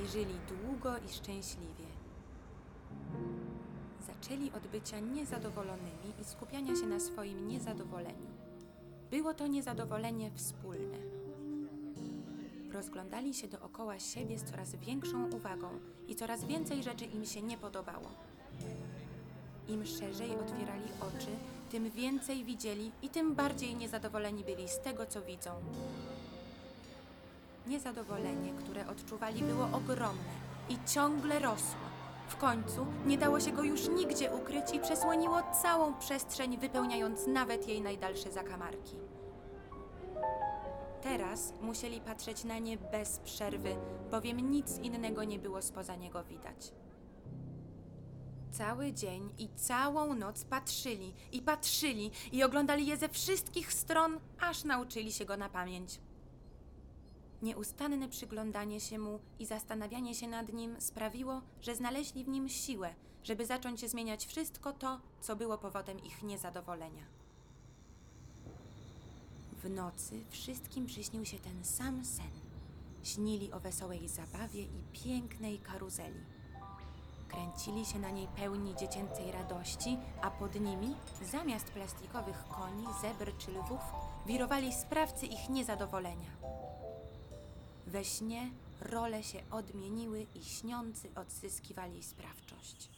i żyli długo i szczęśliwie. Zaczęli od bycia niezadowolonymi i skupiania się na swoim niezadowoleniu. Było to niezadowolenie wspólne. Rozglądali się dookoła siebie z coraz większą uwagą i coraz więcej rzeczy im się nie podobało. Im szerzej otwierali oczy, tym więcej widzieli i tym bardziej niezadowoleni byli z tego, co widzą. Niezadowolenie, które odczuwali, było ogromne i ciągle rosło. W końcu nie dało się go już nigdzie ukryć i przesłoniło całą przestrzeń, wypełniając nawet jej najdalsze zakamarki. Teraz musieli patrzeć na nie bez przerwy, bowiem nic innego nie było spoza niego widać. Cały dzień i całą noc patrzyli i oglądali je ze wszystkich stron, aż nauczyli się go na pamięć. Nieustanne przyglądanie się mu i zastanawianie się nad nim sprawiło, że znaleźli w nim siłę, żeby zacząć zmieniać wszystko to, co było powodem ich niezadowolenia. W nocy wszystkim przyśnił się ten sam sen. Śnili o wesołej zabawie i pięknej karuzeli. Kręcili się na niej pełni dziecięcej radości, a pod nimi, zamiast plastikowych koni, zebr czy lwów, wirowali sprawcy ich niezadowolenia. We śnie role się odmieniły i śniący odzyskiwali sprawczość.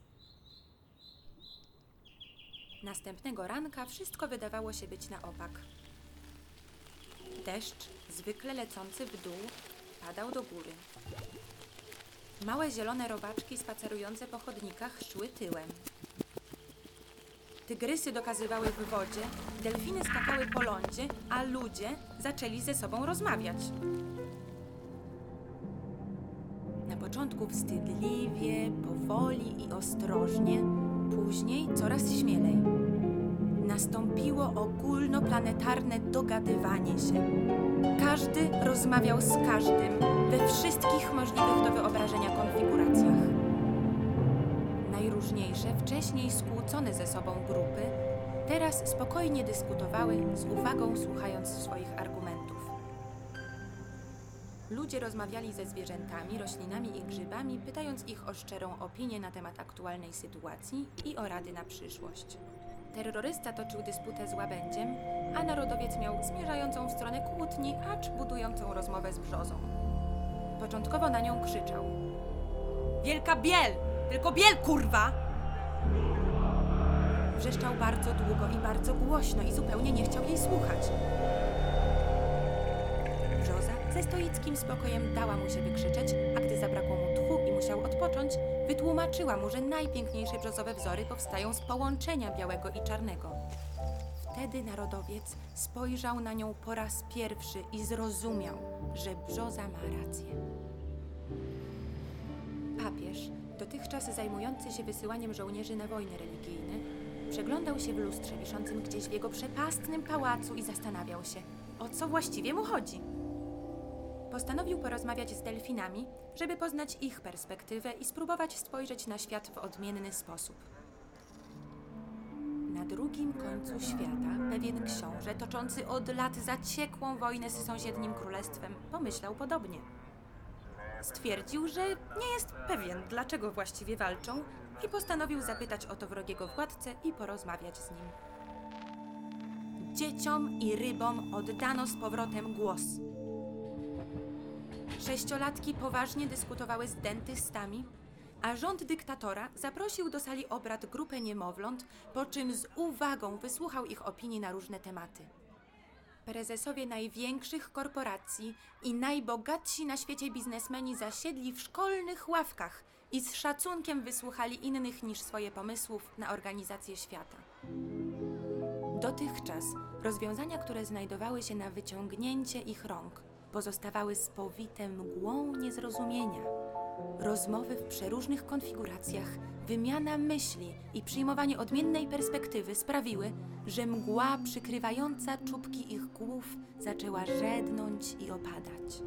Następnego ranka wszystko wydawało się być na opak. Deszcz, zwykle lecący w dół, padał do góry. Małe zielone robaczki spacerujące po chodnikach szły tyłem. Tygrysy dokazywały w wodzie, delfiny skakały po lądzie, a ludzie zaczęli ze sobą rozmawiać. Na początku wstydliwie, powoli i ostrożnie, później coraz śmielej. Nastąpiło ogólnoplanetarne dogadywanie się. Każdy rozmawiał z każdym we wszystkich możliwych do wyobrażenia konfiguracjach. Najróżniejsze, wcześniej skłócone ze sobą grupy, teraz spokojnie dyskutowały, z uwagą słuchając swoich argumentów. Ludzie rozmawiali ze zwierzętami, roślinami i grzybami, pytając ich o szczerą opinię na temat aktualnej sytuacji i o rady na przyszłość. Terrorysta toczył dysputę z łabędziem, a narodowiec miał zmierzającą w stronę kłótni, acz budującą rozmowę z brzozą. Początkowo na nią krzyczał: „Wielka biel! Tylko biel, kurwa!” Wrzeszczał bardzo długo i bardzo głośno i zupełnie nie chciał jej słuchać. Brzoza ze stoickim spokojem dała mu się wykrzyczeć, a gdy zabrakło mu tchu i musiał odpocząć, wytłumaczyła mu, że najpiękniejsze brzozowe wzory powstają z połączenia białego i czarnego. Wtedy narodowiec spojrzał na nią po raz pierwszy i zrozumiał, że brzoza ma rację. Papież, dotychczas zajmujący się wysyłaniem żołnierzy na wojny religijne, przeglądał się w lustrze wiszącym gdzieś w jego przepastnym pałacu i zastanawiał się, o co właściwie mu chodzi. Postanowił porozmawiać z delfinami, żeby poznać ich perspektywę i spróbować spojrzeć na świat w odmienny sposób. Na drugim końcu świata pewien książę, toczący od lat zaciekłą wojnę z sąsiednim królestwem, pomyślał podobnie. Stwierdził, że nie jest pewien, dlaczego właściwie walczą, i postanowił zapytać o to wrogiego władcę i porozmawiać z nim. Dzieciom i rybom oddano z powrotem głos. Sześciolatki poważnie dyskutowały z dentystami, a rząd dyktatora zaprosił do sali obrad grupę niemowląt, po czym z uwagą wysłuchał ich opinii na różne tematy. Prezesowie największych korporacji i najbogatsi na świecie biznesmeni zasiedli w szkolnych ławkach i z szacunkiem wysłuchali innych niż swoje pomysłów na organizację świata. Dotychczas rozwiązania, które znajdowały się na wyciągnięcie ich rąk, pozostawały spowite mgłą niezrozumienia. Rozmowy w przeróżnych konfiguracjach, wymiana myśli i przyjmowanie odmiennej perspektywy sprawiły, że mgła przykrywająca czubki ich głów zaczęła rzednąć i opadać.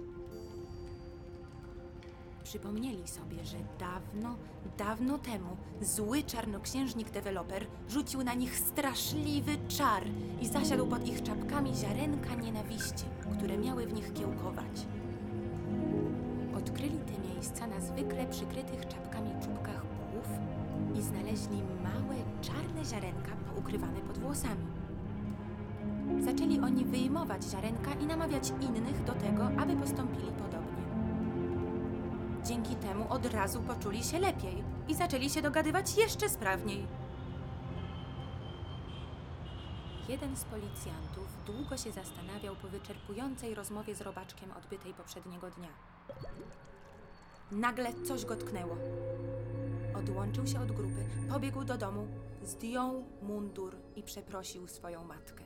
Przypomnieli sobie, że dawno temu zły czarnoksiężnik deweloper rzucił na nich straszliwy czar i zasiadł pod ich czapkami ziarenka nienawiści, które miały w nich kiełkować. Odkryli te miejsca na zwykle przykrytych czapkami czubkach płów i znaleźli małe, czarne ziarenka poukrywane pod włosami. Zaczęli oni wyjmować ziarenka i namawiać innych do tego, aby postąpili podobnie. Dzięki temu od razu poczuli się lepiej i zaczęli się dogadywać jeszcze sprawniej. Jeden z policjantów długo się zastanawiał po wyczerpującej rozmowie z robaczkiem odbytej poprzedniego dnia. Nagle coś go tknęło. Odłączył się od grupy, pobiegł do domu, zdjął mundur i przeprosił swoją matkę.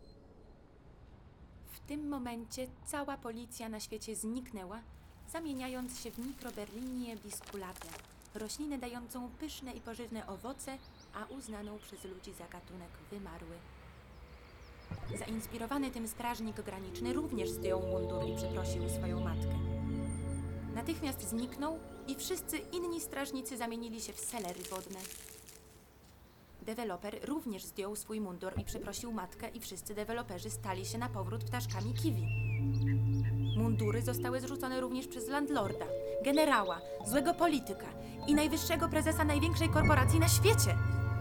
W tym momencie cała policja na świecie zniknęła, zamieniając się w Microberlinie bisculate, roślinę dającą pyszne i pożywne owoce, a uznaną przez ludzi za gatunek wymarły. Zainspirowany tym strażnik graniczny również zdjął mundur i przeprosił swoją matkę. Natychmiast zniknął i wszyscy inni strażnicy zamienili się w selery wodne. Deweloper również zdjął swój mundur i przeprosił matkę i wszyscy deweloperzy stali się na powrót ptaszkami kiwi. Mundury zostały zrzucone również przez landlorda, generała, złego polityka i najwyższego prezesa największej korporacji na świecie.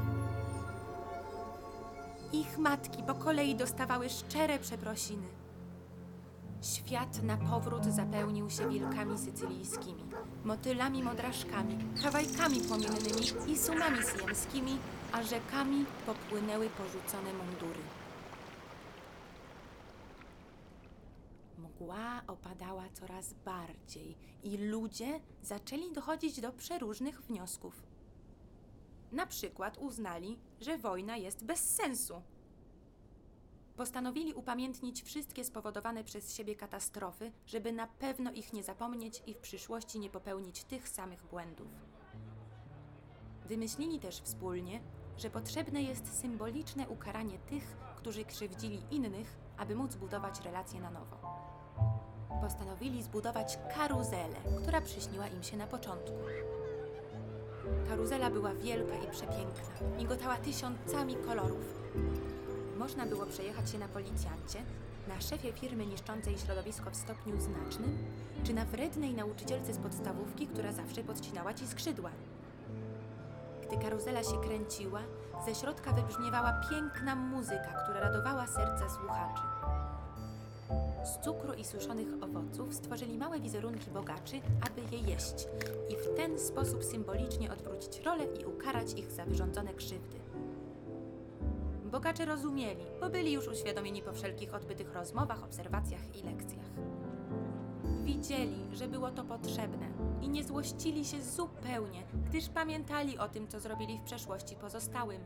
Ich matki po kolei dostawały szczere przeprosiny. Świat na powrót zapełnił się wilkami sycylijskimi, motylami modraszkami, hawajkami płomiennymi i sumami syjamskimi, a rzekami popłynęły porzucone mundury. Mgła opadała coraz bardziej i ludzie zaczęli dochodzić do przeróżnych wniosków. Na przykład uznali, że wojna jest bez sensu. Postanowili upamiętnić wszystkie spowodowane przez siebie katastrofy, żeby na pewno ich nie zapomnieć i w przyszłości nie popełnić tych samych błędów. Wymyślili też wspólnie, że potrzebne jest symboliczne ukaranie tych, którzy krzywdzili innych, aby móc budować relacje na nowo. Postanowili zbudować karuzelę, która przyśniła im się na początku. Karuzela była wielka i przepiękna, migotała tysiącami kolorów. Można było przejechać się na policjancie, na szefie firmy niszczącej środowisko w stopniu znacznym, czy na wrednej nauczycielce z podstawówki, która zawsze podcinała ci skrzydła. Gdy karuzela się kręciła, ze środka wybrzmiewała piękna muzyka, która radowała serca słuchaczy. Z cukru i suszonych owoców stworzyli małe wizerunki bogaczy, aby je jeść i w ten sposób symbolicznie odwrócić rolę i ukarać ich za wyrządzone krzywdy. Bogacze rozumieli, bo byli już uświadomieni po wszelkich odbytych rozmowach, obserwacjach i lekcjach. Widzieli, że było to potrzebne i nie złościli się zupełnie, gdyż pamiętali o tym, co zrobili w przeszłości pozostałym.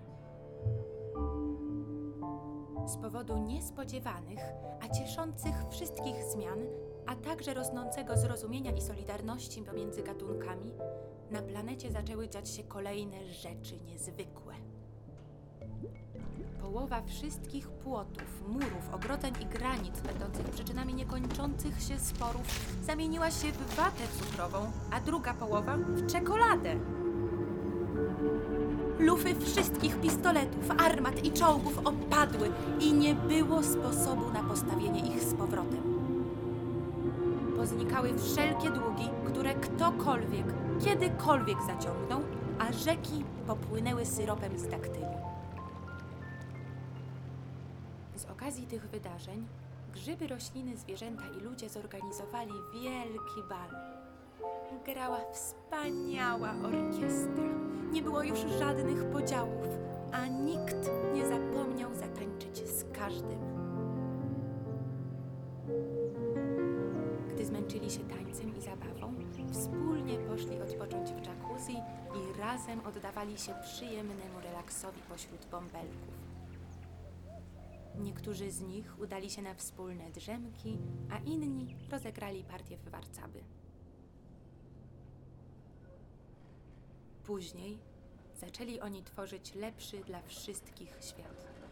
Z powodu niespodziewanych, a cieszących wszystkich zmian, a także rosnącego zrozumienia i solidarności pomiędzy gatunkami, na planecie zaczęły dziać się kolejne rzeczy niezwykłe. Połowa wszystkich płotów, murów, ogrodzeń i granic będących przyczynami niekończących się sporów zamieniła się w watę cukrową, a druga połowa w czekoladę. Lufy wszystkich pistoletów, armat i czołgów opadły i nie było sposobu na postawienie ich z powrotem. Poznikały wszelkie długi, które ktokolwiek, kiedykolwiek zaciągnął, a rzeki popłynęły syropem z daktyli. Z okazji tych wydarzeń grzyby, rośliny, zwierzęta i ludzie zorganizowali wielki bal. Grała wspaniała orkiestra. Nie było już żadnych podziałów, a nikt nie zapomniał zatańczyć z każdym. Gdy zmęczyli się tańcem i zabawą, wspólnie poszli odpocząć w jacuzzi i razem oddawali się przyjemnemu relaksowi pośród bąbelków. Niektórzy z nich udali się na wspólne drzemki, a inni rozegrali partię w warcaby. Później zaczęli oni tworzyć lepszy dla wszystkich świat.